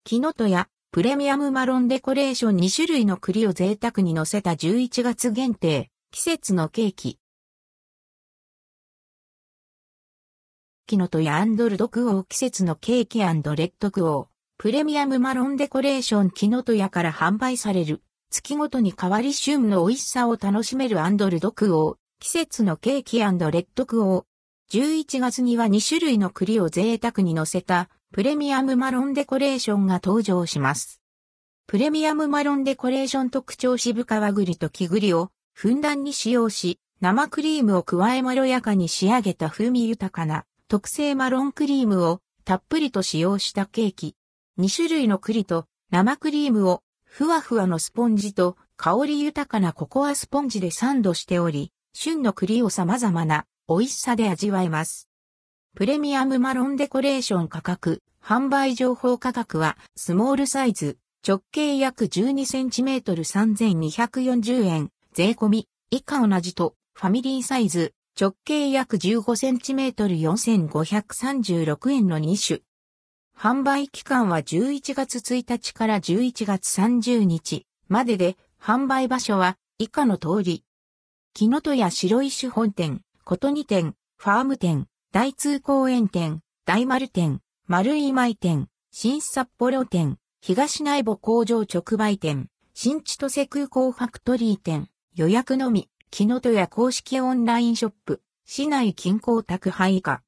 木の戸やプレミアムマロンデコレーション2種類の栗を贅沢に乗せた11月限定、季節のケーキ。木の戸やルドクオー季節のケーキ&レッドクオー。プレミアムマロンデコレーション木の戸屋から販売される。月ごとに変わり旬の美味しさを楽しめるルドクオー。季節のケーキ&レッドクオー。11月には2種類の栗を贅沢に乗せたプレミアムマロンデコレーションが登場します。プレミアムマロンデコレーション特徴渋皮栗と木栗をふんだんに使用し、生クリームを加えまろやかに仕上げた風味豊かな特製マロンクリームをたっぷりと使用したケーキ。2種類の栗と生クリームをふわふわのスポンジと香り豊かなココアスポンジでサンドしており、旬の栗を様々な美味しさで味わえます。プレミアムマロンデコレーション価格、販売情報価格はスモールサイズ、直径約 12cm 3240円、税込み、以下同じと、ファミリーサイズ、直径約 15cm 4536円の2種。販売期間は11月1日から11月30日までで、販売場所は以下の通り。木の戸や白石本店、琴似店、ファーム店、大通公園店、大丸店、丸井舞店、新札幌店、東内部工場直売店、新千歳空港ファクトリー店、予約のみ、木の戸や公式オンラインショップ、市内近郊宅配以下。